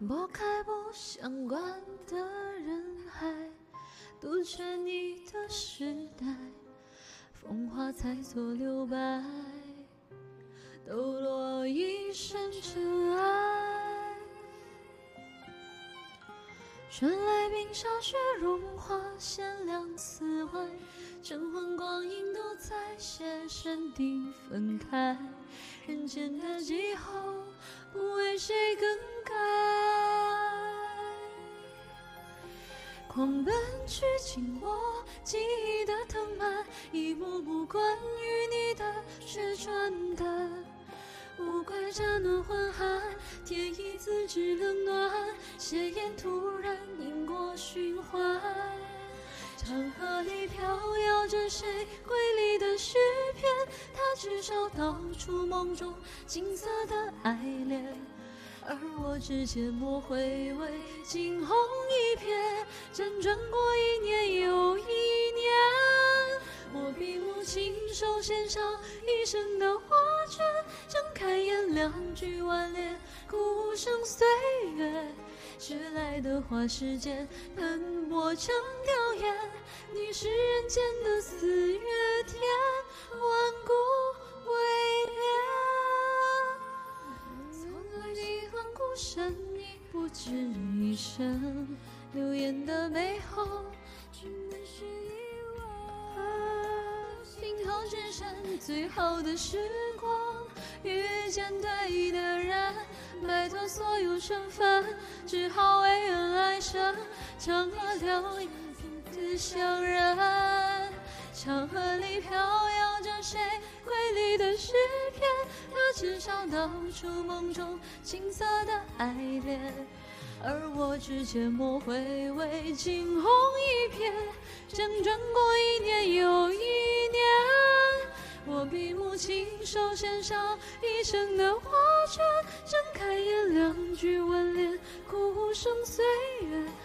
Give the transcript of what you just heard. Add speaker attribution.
Speaker 1: 拨开不相关的人海，杜绝你的时代，风华才做留白，抖落一身尘埃。春来冰消雪融化，限量4万，晨昏光阴都在写生地分开，人间的气候不为谁更改。狂奔去紧握记忆的藤蔓，一幕幕关于你的血传单，无怪乍暖还寒，天意自知冷暖，血液突然因果循环。长河里飘摇着谁瑰丽的诗篇，它至少道出梦中金色的爱恋，而我只缄默回味，惊鸿一瞥，辗转过1年又1年。我闭目亲手献上一生的花圈，睁开眼2句挽联，鼓声岁月，迟来的花时间喷薄成吊唁。你是人间的4月天，万古未变。从来你顽固神已不止一生，流言的背后只能是遗忘。心头只剩最后的时光，遇见对的人，摆脱所有身份，只好为恩爱生，长河流言的相认。长河里飘摇着谁瑰丽的诗篇，它至少道出梦中青涩的爱恋，而我只缄默回味，惊鸿一瞥，辗转过1年又1年。我闭目亲手献上一生的花圈，睁开眼2句挽联，鼓声岁月，